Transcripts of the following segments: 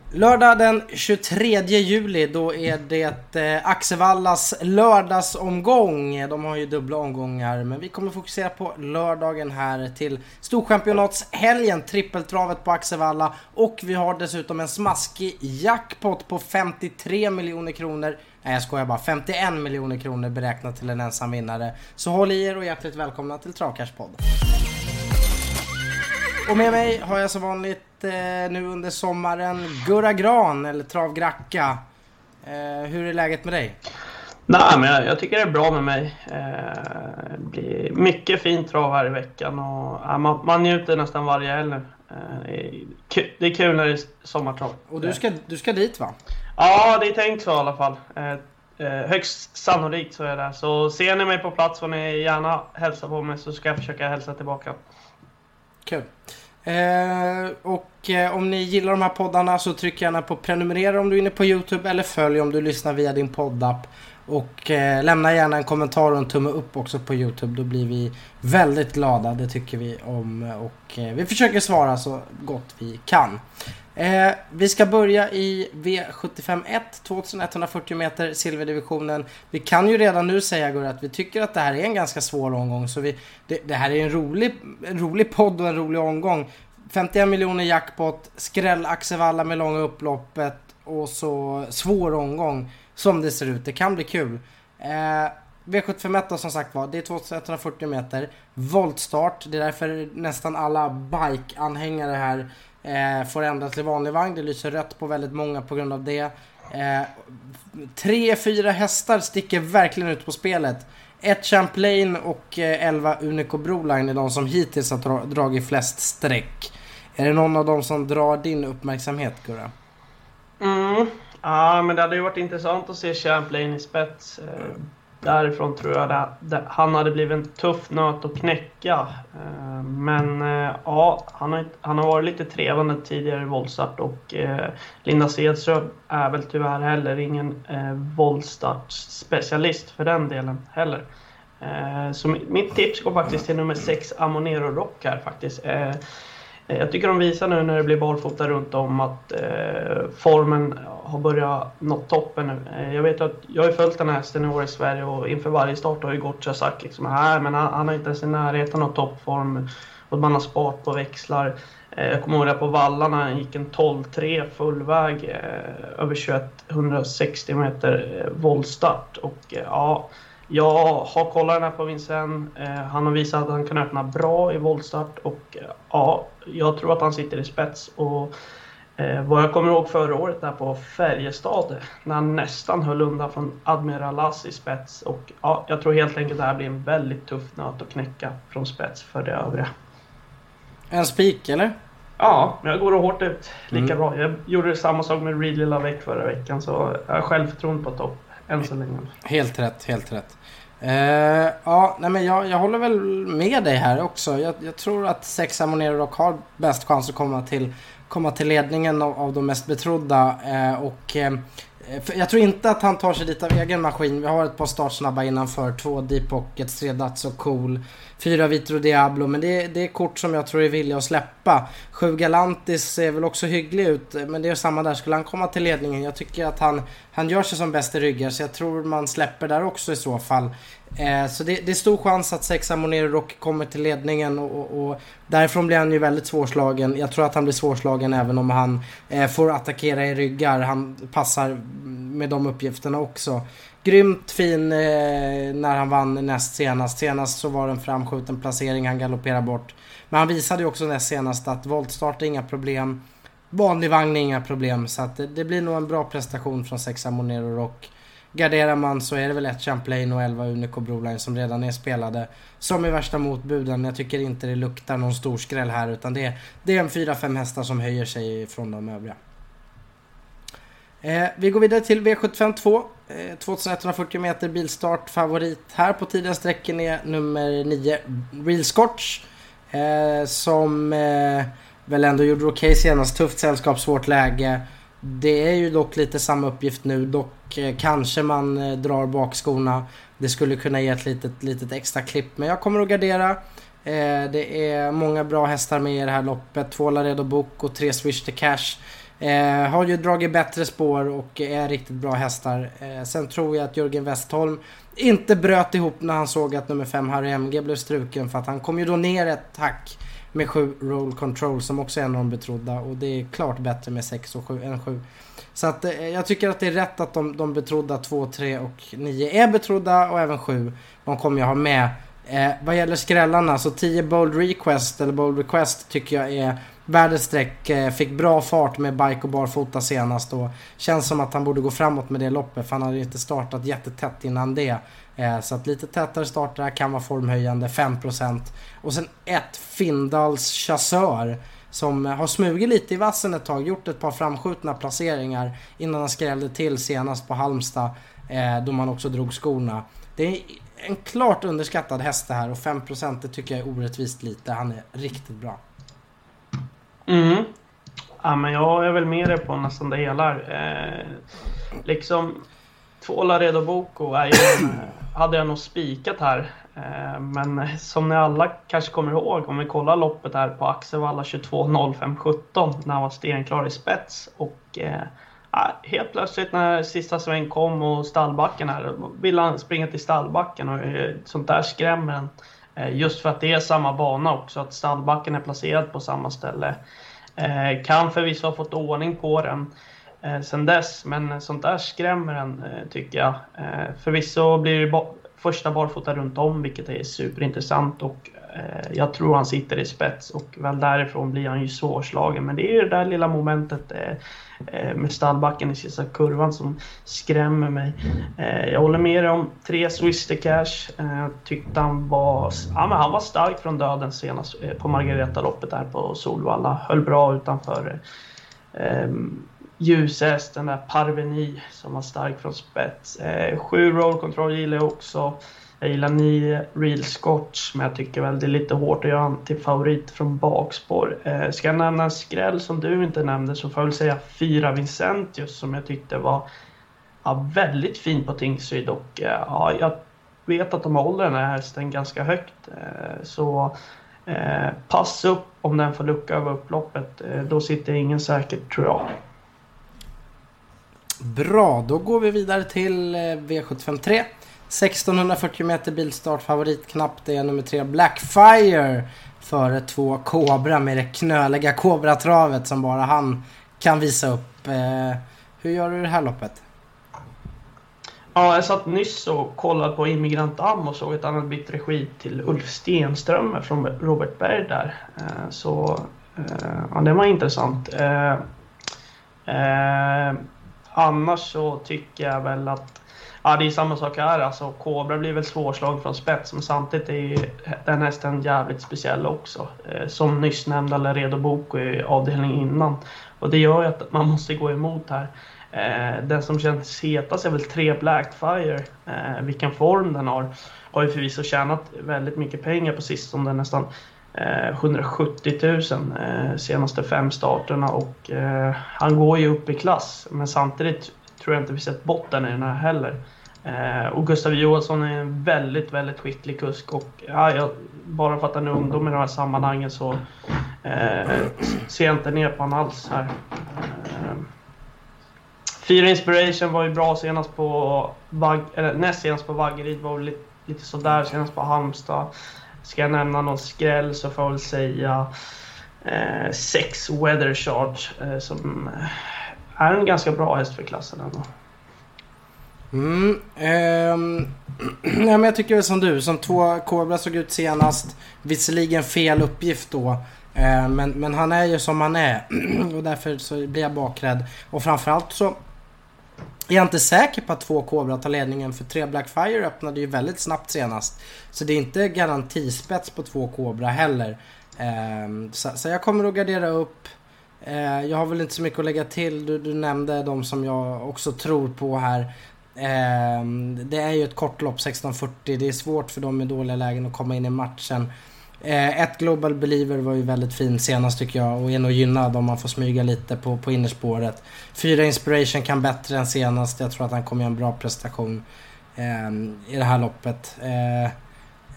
Lördag den 23 juli, då är det Axevallas lördagsomgång. De har ju dubbla omgångar, men vi kommer fokusera på lördagen här till Storchampionatshelgen, trippeltravet på Axevalla. Och vi har dessutom en smaskig jackpot på 53 miljoner kronor. Nej, jag skojar bara, 51 miljoner kronor beräknat till en ensam vinnare. Så håll i er och hjärtligt välkomna till Travcash-podden. Och med mig har jag som vanligt nu under sommaren Gurra Gran, eller Travgracka. Hur är läget med dig? Nej, men jag tycker det är bra med mig. Det blir mycket fint trav här i veckan och man njuter nästan varje helg nu. Det är kul när det är sommartrav. Och du ska dit, va? Ja, det är tänkt så i alla fall. Högst sannolikt så är det. Så ser ni mig på plats får ni gärna hälsa på mig, så ska jag försöka hälsa tillbaka. Kul. Om ni gillar de här poddarna så tryck gärna på prenumerera om du är inne på YouTube, eller följ om du lyssnar via din poddapp. Och lämna gärna en kommentar och en tumme upp också på YouTube. Då blir vi väldigt glada, det tycker vi om. Och vi försöker svara så gott vi kan. Vi ska börja i V75-1, 2140 meter, silverdivisionen. Vi kan ju redan nu säga, Gurra, att vi tycker att det här är en ganska svår omgång. Så det här är en rolig podd och en rolig omgång. 51 miljoner jackpot, skräll Axevalla med långa upploppet och så svår omgång som det ser ut. Det kan bli kul. V75 då, som sagt var, det är 2140 meter, voltstart. Det är därför nästan alla bike-anhängare här får ändra till vanlig vagn. Det lyser rött på väldigt många på grund av det. 3-4 hästar sticker verkligen ut på spelet. 1 Champlain och 11 Unico Broline är de som hittills har dragit flest streck. Är det någon av dem som drar din uppmärksamhet, Gurra? Ja, men det hade ju varit intressant att se Champlain i spets. Därifrån tror jag han hade blivit en tuff nöt att knäcka. Men ja, han har varit lite trevande tidigare i voltstart. Och Linda Sedström är väl tyvärr heller ingen voltstart-specialist för den delen heller. Så mitt tips går faktiskt till nummer 6, Amonero Rock här faktiskt. Jag tycker de visar nu när det blir barfota runt om att formen har börjat nå toppen nu. Jag vet att jag har följt den här hästen i år i Sverige och inför varje start har ju Gotcha sagt liksom men han har inte ens i närheten av toppform och man har sparat på växlar. Jag kommer ihåg det på vallarna, han gick en 12-3 fullväg över 2160 meter voltstart och ja. Jag har kollat den här på Vincent. Han har visat att han kan öppna bra i voltstart. Och ja, jag tror att han sitter i spets. Och vad jag kommer ihåg förra året där på Färjestad, när han nästan höll undan från Admiral As i spets. Och ja, jag tror helt enkelt att det här blir en väldigt tuff nöt att knäcka från spets för det övriga. En spik, eller? Ja, men jag går hårt ut lika bra. Jag gjorde samma sak med Ridley Lavec förra veckan. Så jag har självförtroende på topp. Än så länge. Helt rätt. Ja, nej, men jag håller väl med dig här också. Jag tror att 6 Amonero Rock har bäst chans att komma till ledningen av de mest betrodda. Jag tror inte att han tar sig dit av egen maskin. Vi har ett par startsnabba innanför. 2 Deep Pockets, 3 Dazzo Cool, 4 Vitro Diablo. Men det är kort som jag tror är villiga att släppa. 7 Galantis ser väl också hygglig ut. Men det är samma där. Skulle han komma till ledningen? Jag tycker att han gör sig som bäst i ryggar. Så jag tror man släpper där också i så fall. Så det är stor chans att 6 Amonero Rock kommer till ledningen och därifrån blir han ju väldigt svårslagen. Jag tror att han blir svårslagen även om han får attackera i ryggar. Han passar med de uppgifterna också. Grymt fin när han vann näst senast. Senast så var det en framskjuten placering, han galopperar bort. Men han visade ju också näst senast att voltstart är inga problem. Vanlig vagn är inga problem. Så att det blir nog en bra prestation från 6 Amonero Rock. Garderar man så är det väl 1 Champlain och 11 Unico Broline som redan är spelade som i värsta motbuden. Jag tycker inte det luktar någon stor skräll här, utan det är en 4-5 hästar som höjer sig från de övriga. Vi går vidare till V75-2, 2140 meter bilstart. Favorit här på tiden sträcken är nummer 9 Real Scotch, som väl ändå gjorde okej senast. Tufft sällskap, svårt läge. Det är ju dock lite samma uppgift nu. Dock kanske man drar bakskorna. Det skulle kunna ge ett litet extra klipp. Men jag kommer att gardera. Det är många bra hästar med i det här loppet. 2 Laredo Book och 3 Swish to Cash. Har ju dragit bättre spår och är riktigt bra hästar. Sen tror jag att Jörgen Westholm inte bröt ihop när han såg att nummer 5 Harry MG blev struken, för att han kom ju då ner ett hack med 7 Roll Control som också är en av de betrodda, och det är klart bättre med 6 och 7 än 7. Så att jag tycker att det är rätt att de betrodda 2, 3 och 9 är betrodda, och även 7 de kommer jag ha med. Vad gäller skrällarna så 10 Bold Request tycker jag är värdesträck. Fick bra fart med bike och barfota senast, och känns som att han borde gå framåt med det loppet, för han hade inte startat jättetätt innan det. Så att lite tätare starter kan vara formhöjande, 5%. Och sen ett Findals Chasseur som har smugit lite i vassen ett tag, gjort ett par framskjutna placeringar innan han skrällde till senast på Halmstad, då man också drog skorna. Det är en klart underskattad häst det här, och 5% det tycker jag är orättvist lite. Han är riktigt bra. Ja, men jag är väl med dig på nästan det hela. Liksom två Laredo Boko hade jag nog spikat här. Men som ni alla kanske kommer ihåg, om vi kollar loppet här på Axevalla 22.05.17 när han var stenklar i spets, och helt plötsligt när sista sväng kom och stallbacken här, ville han springa till stallbacken, och sånt där skrämmer en. Just för att det är samma bana också, att stallbacken är placerad på samma ställe. Kan förvisso ha fått ordning på den sen dess, men sånt där skrämmer en, tycker jag. Förvisso blir det första barfota runt om, vilket är superintressant, och jag tror han sitter i spets, och väl därifrån blir han ju svårslagen. Men det är ju det där lilla momentet med stallbacken i sista kurvan som skrämmer mig. Jag håller med dig om 3 Swister Cash. Tyckte han var stark från döden senast på Margareta-loppet där på Solvalla. Höll bra utanför ljushäst, den där Parveni som var stark från spets. 7 Roll Control gillar jag också. Jag gillar 9 Real Scotch, men jag tycker väl det är lite hårt att göra han till favorit från bakspår. Ska jag nämna en skräll som du inte nämnde, så får jag väl säga 4 Vincentius, som jag tyckte var väldigt fin på Tingsryd, och jag vet att de håller den här hästen ganska högt. Så pass upp om den får lucka över upploppet. Då sitter ingen säkert, tror jag. Bra, då går vi vidare till V753. 1640 meter bilstart, favorit knappt, det är nummer 3 Blackfire före 2 Cobra med det knöliga Cobra-travet som bara han kan visa upp. Hur gör du det här loppet? Ja, jag satt nyss och kollade på Immigrant Am och såg ett annat bytt regi till Ulf Stenström från Robert Berg där. Så det var intressant. Annars så tycker jag väl att det är samma sak här. Alltså, Cobra blir väl svårslag från spets, men samtidigt är den hästen jävligt speciell också. Som nyss nämnda Laredo Boko i avdelningen innan. Och det gör ju att man måste gå emot här. Den som känns hetast är väl 3 Blackfire. Vilken form den har ju förvisso tjänat väldigt mycket pengar på sistone, nästan 170 000 senaste 5 starterna, och han går ju upp i klass, men samtidigt tror jag inte vi sett botten i den här heller. Och Gustav Johansson är en väldigt, väldigt skicklig kusk, och bara för att han är ungdom i de här sammanhangen så ser jag inte ner på han alls här. 4 Inspiration var ju bra senast på näst senast på Vaggeryd, var lite sådär senast på Halmstad. Ska jag nämna någon skräll så får jag väl säga 6 Weather Charge, som är en ganska bra häst för klassen ändå. Men jag tycker väl som du, som 2 Cobra såg ut senast, visserligen fel uppgift då, men han är ju som han är och därför så blir jag bakrädd. Och framförallt så är jag inte säker på att 2 Cobra tar ledningen, för 3 Blackfire öppnade ju väldigt snabbt senast, så det är inte garantispets på 2 Cobra heller. Så jag kommer att gardera upp. Jag har väl inte så mycket att lägga till. Du nämnde de som jag också tror på här. Det är ju ett kortlopp, 1640. Det är svårt för dem i dåliga lägen att komma in i matchen. Ett Global Believer var ju väldigt fin senast tycker jag, och är nog gynnad om man får smyga lite på innerspåret. 4 Inspiration kan bättre än senast. Jag tror att han kommer göra en bra prestation i det här loppet.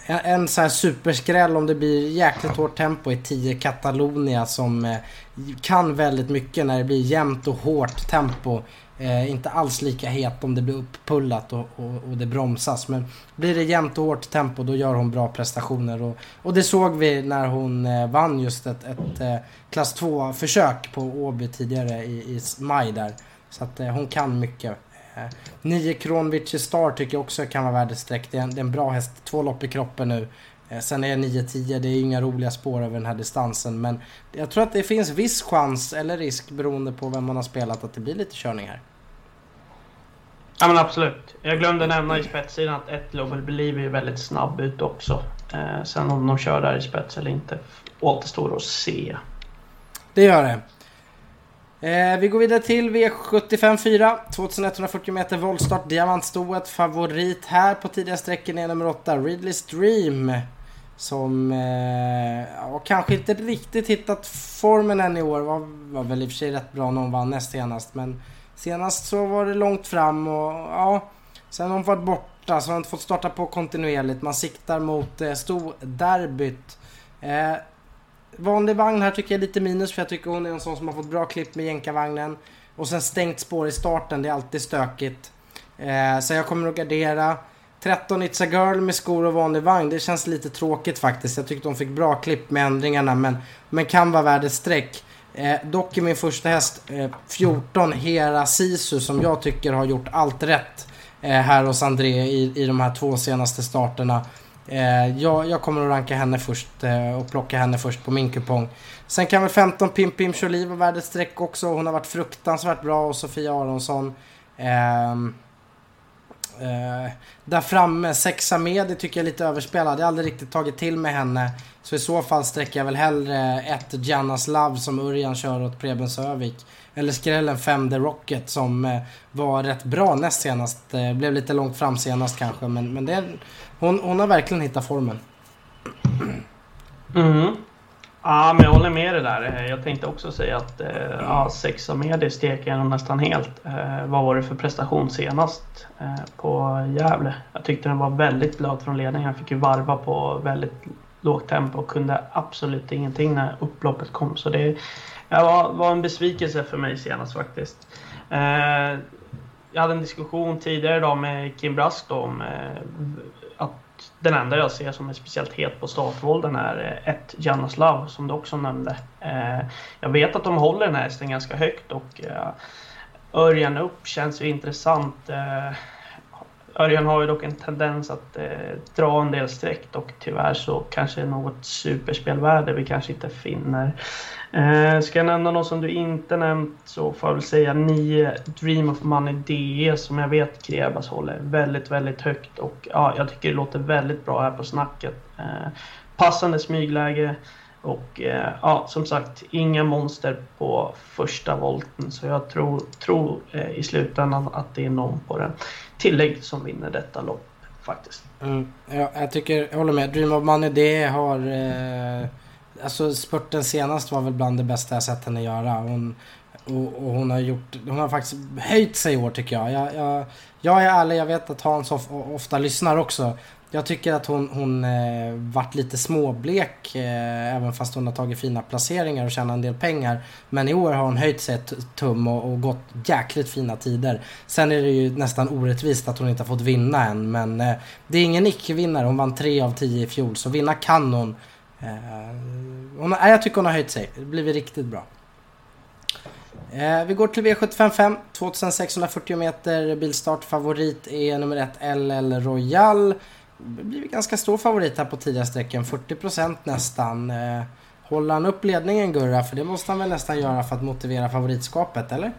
en så här superskräll om det blir jäkligt hårt tempo i 10 Catalonia som kan väldigt mycket när det blir jämnt och hårt tempo. Inte alls lika het om det blir upppullat och det bromsas. Men blir det jämnt och hårt tempo, då gör hon bra prestationer. Och det såg vi när hon vann just ett klass 2-försök på Åby tidigare i maj där. Så att hon kan mycket. 9 Kronwitch Star tycker jag också kan vara värd ett streck. Det är en bra häst, 2 lopp i kroppen nu. Sen är 9-10, det är inga roliga spår över den här distansen. Men jag tror att det finns viss chans eller risk beroende på vem man har spelat att det blir lite körning här. Ja men absolut. Jag glömde nämna i spetssidan att ett Global Believe är väldigt snabb ut också. Sen om de kör där i spets eller inte återstår att se. Det gör det. Vi går vidare till V75-4, 2140 meter voltstart, diamantstoet. Favorit här på tidiga sträcken är nummer 8, Ridley's Dream. Som kanske inte riktigt hittat formen än i år. Var väl i och för sig rätt bra när hon vann näst senast. Men senast så var det långt fram och sen har hon varit borta så har hon inte fått starta på kontinuerligt. Man siktar mot storderbyt. Vanlig vagn här tycker jag är lite minus, för jag tycker hon är en sån som har fått bra klipp med jänkarvagnen. Och sen stängt spår i starten, det är alltid stökigt. Så jag kommer att gardera 13 It's a Girl med skor och vanlig vagn. Det känns lite tråkigt faktiskt. Jag tyckte hon fick bra klipp med ändringarna, men kan vara värd ett streck. Dock är min första häst 14 Hera Sisu, som jag tycker har gjort allt rätt här hos André i de här 2 senaste starterna. Jag kommer att ranka henne först och plocka henne först på min kupong. Sen kan väl 15 Pim Jolie vara värd ett streck också. Hon har varit fruktansvärt bra, och Sofia Aronsson där framme 6 med, tycker jag är lite överspelad. Jag har aldrig riktigt tagit till med henne, så i så fall sträcker jag väl hellre ett Giannas Love som Örjan kör åt Preben Sövik, eller skrällen 5 The Rocket som var rätt bra näst senast. Blev lite långt fram senast kanske, men det hon har verkligen hittat formen. Ja, men jag håller med det där. Jag tänkte också säga att 6 med det steker jag nästan helt. Vad var det för prestation senast på Gävle? Jag tyckte den var väldigt blöt från ledningen. Jag fick ju varva på väldigt lågt tempo och kunde absolut ingenting när upploppet kom. Så det var en besvikelse för mig senast faktiskt. Jag hade en diskussion tidigare idag med Kim Brask om att den enda jag ser som är speciellt het på startvolden är ett Giannas Love, som du också nämnde. Jag vet att de håller den här hästen ganska högt, och Örjan upp känns ju intressant. Örjan har ju dock en tendens att dra en del streck, och tyvärr så kanske något superspelvärde vi kanske inte finner. Ska jag nämna något som du inte nämnt, så får jag väl säga 9 Dream of Money DE, som jag vet Krebas håller väldigt, väldigt högt, och jag tycker det låter väldigt bra här på snacket. Passande smygläge, och som sagt inga monster på första volten, så jag tror i slutändan att det är någon på den tillägg som vinner detta lopp faktiskt. Jag håller med. Dream of Money det har alltså spurten senast var väl bland det bästa jag sett henne göra. Hon har faktiskt höjt sig i år tycker jag. Jag är ärlig, jag vet att Hans ofta lyssnar också. Jag tycker att hon varit lite småblek även fast hon har tagit fina placeringar och tjänat en del pengar. Men i år har hon höjt sig ett tum och gått jäkligt fina tider. Sen är det ju nästan orättvist att hon inte har fått vinna än. Men det är ingen icke-vinnare. Hon vann 3 av 10 i fjol, så vinna kan hon. Jag tycker hon har höjt sig. Det blir riktigt bra. Vi går till V75-5, 2640 meter bilstart. Favorit är nummer 1 LL Royal. Det blir ganska stor favorit här på tidiga sträcken, 40% nästan. Håller han upp ledningen, Gurra? För det måste han väl nästan göra för att motivera favoritskapet, eller?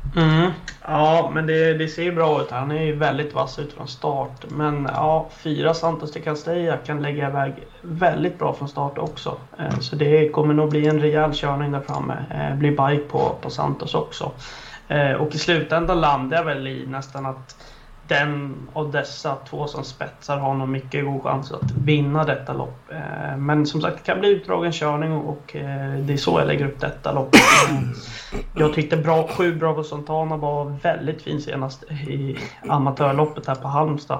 Ja, men det ser ju bra ut. Han är ju väldigt vass ut från start. Men 4 Santos de Castella kan lägga iväg väldigt bra från start också. Så det kommer nog bli en rejäl körning där framme. Blir bike på Santos också. Och i slutändan landar jag väl i nästan att den av dessa 2 som spetsar har nog mycket god chans att vinna detta lopp. Men som sagt, det kan bli utdragen körning, och det är så jag lägger upp detta lopp. Jag tyckte 7 Bravo Santana var väldigt fin senast i amatörloppet här på Halmstad.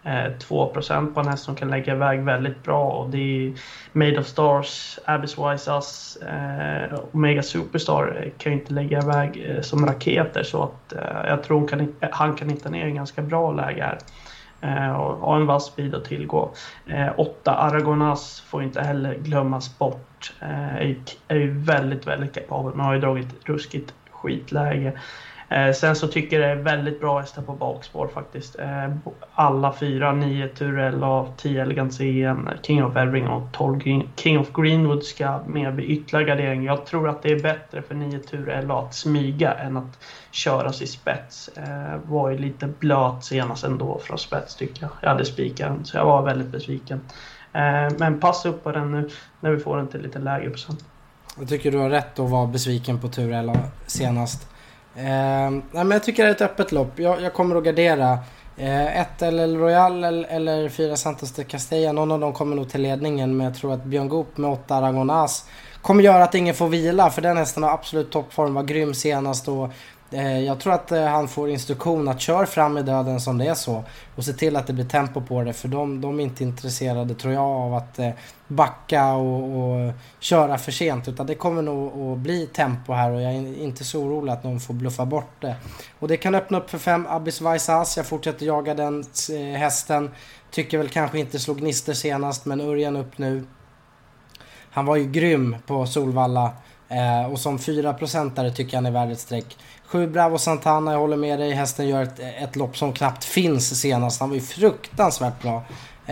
2% på en häst som kan lägga iväg väldigt bra, och det är Made of Stars, Abyss Wise Us, Omega Superstar kan ju inte lägga iväg som raketer, så att jag tror han kan hitta ner en ganska bra läge här. Och ha en vass speed att tillgå. 8 Aragonas får inte heller glömmas bort. Är ju väldigt, väldigt kapabel, men har ju dragit ruskigt skitläge. Sen så tycker jag det är väldigt bra hästar på bakspår faktiskt. Alla 4, 9 Turella, 10 Elegance EN, King of Everring och 12 King of Greenwood ska med vid ytterligare gardering. Jag tror att det är bättre för 9 Turella att smyga än att köras i spets. Var ju lite blöt senast ändå från spets tycker jag. Jag hade spikaren, så jag var väldigt besviken. Men passa upp på den nu när vi får den till lite lägre procent. Jag tycker du har rätt att vara besviken på Turella senast. Nej, men jag tycker det är ett öppet lopp. Jag kommer att gardera 1 eller Royal eller 4 Santos de Castella. Någon av dem kommer nog till ledningen, men jag tror att Björn Goop med 8 Aragonas kommer göra att ingen får vila, för den hästen har absolut toppform, var grym senast, och jag tror att han får instruktion att köra fram i döden som det är så, och se till att det blir tempo på det, för de är inte intresserade, tror jag, av att backa och köra för sent, utan det kommer nog att bli tempo här, och jag är inte så orolig att någon får bluffa bort det. Och det kan öppna upp för 5 Abyss Wise Us. Jag fortsätter jaga den hästen, tycker väl kanske inte slog gnister senast, men Örjan upp nu. Han var ju grym på Solvalla, och som 4% tycker han är värd ett streck. 7 Bravo Santana, jag håller med dig. Hästen gör ett lopp som knappt finns senast. Han var ju fruktansvärt bra.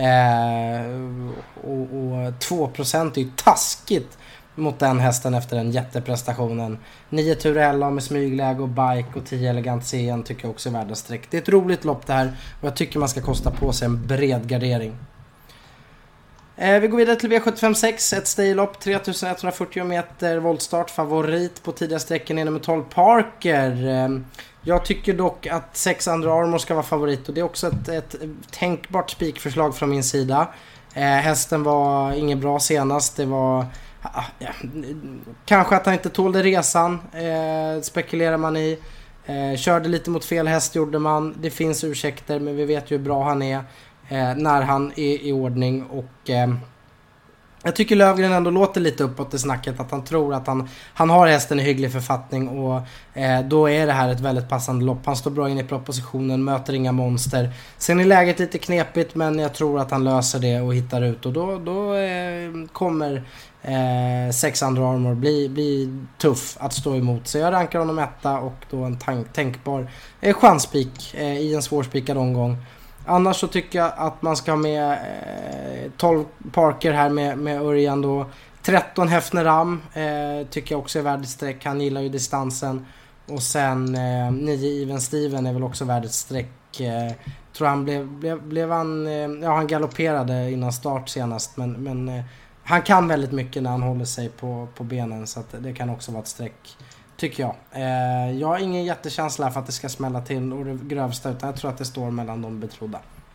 Och 2% är ju taskigt mot den hästen efter den jätteprestationen. 9 Turella med smygläge och bike och 10 Elegant CN tycker jag också är värda streck. Det är ett roligt lopp det här, och jag tycker man ska kosta på sig en bred gardering. Vi går vidare till V75-6, ett stillopp, 3140 meter, voltstart, favorit på tidiga sträckor är nummer 12 Parker. Jag tycker dock att 6 Under Armour ska vara favorit, och det är också ett tänkbart spikförslag från min sida. Hästen var ingen bra senast, det var kanske att han inte tålde resan, spekulerar man i. Körde lite mot fel häst gjorde man, det finns ursäkter, men vi vet ju hur bra han är när han är i ordning, och jag tycker Lövgren ändå låter lite uppåt i snacket att han tror att han har hästen i hygglig författning, och då är det här ett väldigt passande lopp. Han står bra in i propositionen, möter inga monster. Sen är läget lite knepigt, men jag tror att han löser det och hittar ut, och då kommer 6 Under Armour bli tuff att stå emot. Så jag rankar honom 1 och då en tänkbar chanspik i en svårspikad omgång. Annars så tycker jag att man ska ha med 12 Parker här med Örjan då. 13 Hefner Ram tycker jag också är värd ett streck. Han gillar ju distansen. Och sen 9 Even Steven är väl också värd ett streck. Tror han blev han... Ja, han galopperade innan start senast. Men han kan väldigt mycket när han håller sig på benen. Så att det kan också vara ett streck, tycker jag. Jag har ingen jättekänsla för att det ska smälla till och det grövsta, utan jag tror att det står mellan de betrodda.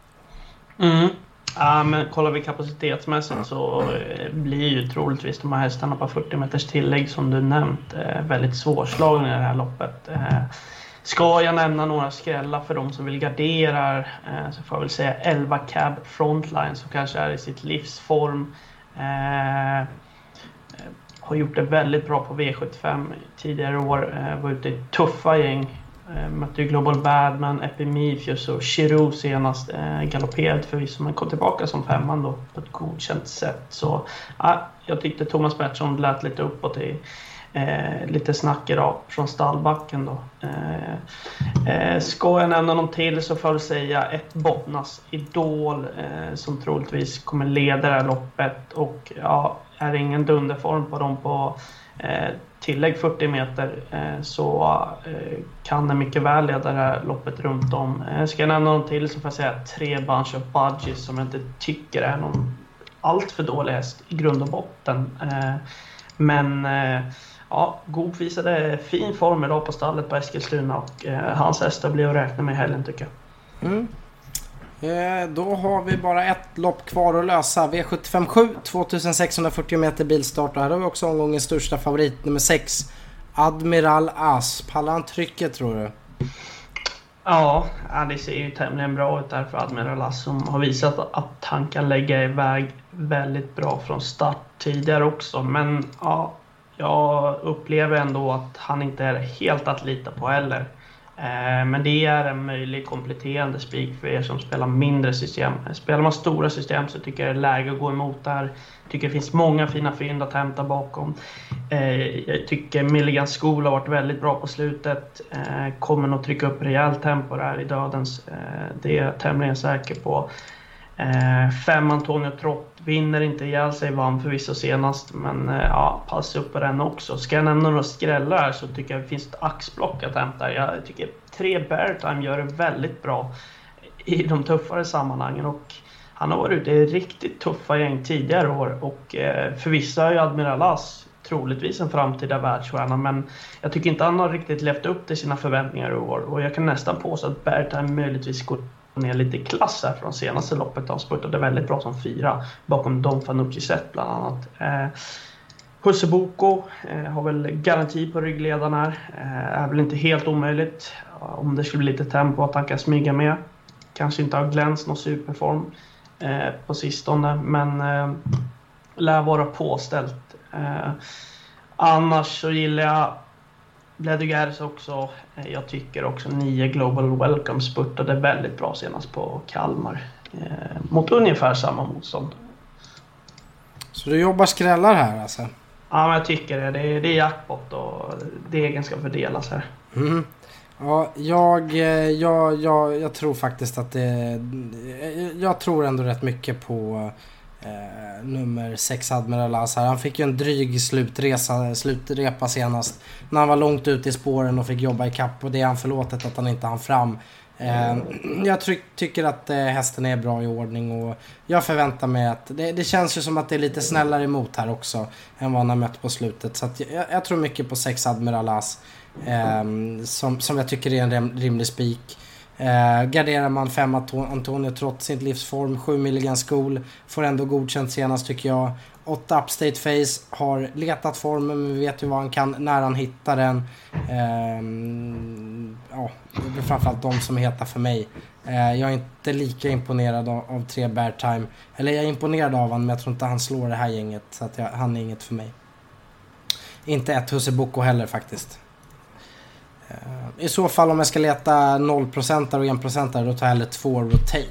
Ja, men kollar vi kapacitetsmässigt så blir ju troligtvis de här hästarna på 40 meters tillägg som du nämnt väldigt svårslagna i det här loppet. Ska jag nämna några skrällar för de som vill gardera, så får jag väl säga 11 Cab Frontline som kanske är i sitt livsform. Har gjort det väldigt bra på V75 tidigare år. Var ute i tuffa gäng. Mötte ju Global Badman, Epimetheus och Chiru senast. Galopperade förvisso, men kom tillbaka som 5:an då på ett godkänt sätt. Så jag tyckte Thomas Bertsson lät lite uppåt i lite snack idag från stallbacken då. Ska jag nämna någon till så får jag säga ett Bottnas Idol som troligtvis kommer leda det här loppet, och är det ingen dunderform på dem på tillägg 40 meter så kan det mycket väl leda det här loppet runt om. Ska jag nämna någon till så får jag säga 3 Bunch of Budgies som jag inte tycker är någon allt för dålig häst i grund och botten. Men Goop visade fin form idag på stallet på Eskilstuna, och hans hästar blir att räkna med i helgen, tycker jag. Då har vi bara ett lopp kvar att lösa. V75-7, 2640 meter bilstart, och här har vi också omgångens största favorit, nummer 6 Admiral As. Pallar han trycket, tror du? Ja, det ser ju tämligen bra ut där för Admiral As, som har visat att han kan lägga iväg väldigt bra från start tidigare också. Men ja, jag upplever ändå att han inte är helt att lita på heller. Men det är en möjlig kompletterande spik för er som spelar mindre system. Spelar man stora system så tycker jag det är läge att gå emot där. Tycker det finns många fina fynd att hämta bakom. Jag tycker Milligan School har varit väldigt bra på slutet. Kommer nog trycka upp rejält tempo där i dödens. Det är jag tämligen säker på. 5 Antonio Trott vinner inte ihjäl sig, vann förvisso senast, men ja, passa upp på den också. Ska jag nämna några skrällar här så tycker jag det finns ett axblock att hämta. Jag tycker 3 Beartime gör det väldigt bra i de tuffare sammanhangen, och han har varit ute i riktigt tuffa gäng tidigare år, och för vissa är ju Admiral As troligtvis en framtida världsstjärna, men jag tycker inte han har riktigt levt upp till sina förväntningar i år, och jag kan nästan påstå att Beartime möjligtvis går ner lite i klass här från senaste loppet. Han spurtade väldigt bra som 4 bakom Don Fanucci Zet bland annat. Husseboko har väl garanti på ryggledaren här. Är väl inte helt omöjligt om det skulle bli lite tempo att han kan smyga med. Kanske inte har glänst någon superform på sistone, men lär vara påställt. Annars så gillar jag Bledugers också. Jag tycker också 9 Global Welcome spurtade väldigt bra senast på Kalmar. Mot ungefär samma motstånd. Så du jobbar skrällar här alltså? Ja, men jag tycker det. Det är jackpot och degen ska fördelas här. Mm. Ja, jag tror faktiskt att det... Jag tror ändå rätt mycket på nummer 6 Admiral As här. Han fick ju en dryg slutrepa senast när han var långt ute i spåren och fick jobba i kapp, och det är han förlåtet att han inte hann fram. Jag tycker att hästen är bra i ordning, och jag förväntar mig att det känns ju som att det är lite snällare emot här också än vad han har mött på slutet, så att jag tror mycket på 6 Admiral As som jag tycker är en rimlig spik. Garderar man 5 Antonio trots sin livsform, 7 Milligan School får ändå godkänt senast tycker jag. 8 Upstate Face har letat formen, men vi vet ju vad han kan när han hittar den. Ja, det är framförallt de som är heta för mig. Jag är inte lika imponerad av 3 Beartime, eller jag är imponerad av han, men jag tror inte han slår det här gänget, så att han är inget för mig. Inte ett Husseboko heller faktiskt. I så fall om jag ska leta 0% och 1%, då tar jag hellre 2 Rotate.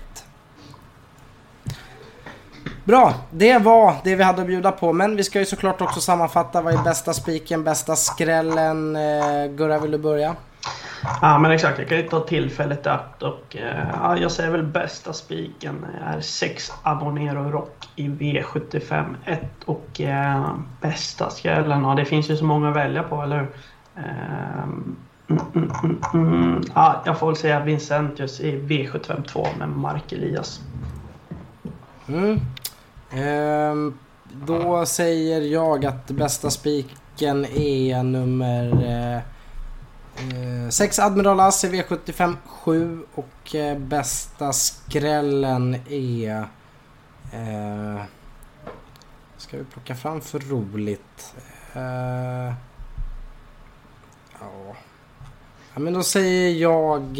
Bra, det var det vi hade att bjuda på, men vi ska ju såklart också sammanfatta vad är bästa spiken, bästa skrällen. Gurra, vill du börja? Ja, men exakt, jag kan ju ta tillfället i akt, och jag säger väl bästa spiken är 6 Abonero Rock i V75 1, och bästa skrällen, ja, det finns ju så många att välja på, eller hur? Jag får väl säga Vincentius i V75 2 med Mark Elias. Då säger jag att bästa spiken är nummer 6 Admiral As i V75 7, och bästa skrällen är ska vi plocka fram för roligt? Ja, men då säger jag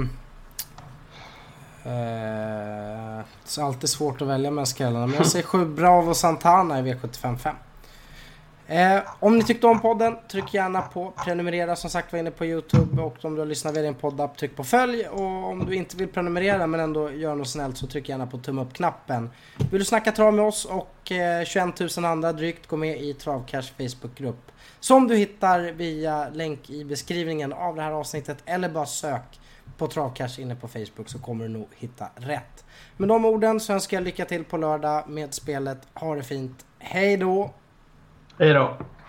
så alltid svårt att välja med skrällarna, men jag säger 7 Bravo Santana i V75 5. Om ni tyckte om podden, tryck gärna på prenumerera, som sagt var inne på YouTube, och om du har lyssnat via din poddapp, tryck på följ, och om du inte vill prenumerera men ändå gör något snällt, så tryck gärna på tumme upp-knappen. Vill du snacka trav med oss och 21 000 andra drygt, gå med i Travcash Facebookgrupp som du hittar via länk i beskrivningen av det här avsnittet, eller bara sök på Travcash inne på Facebook, så kommer du nog hitta rätt. Med de orden så önskar jag lycka till på lördag med spelet. Ha det fint. Hej då! Hej då!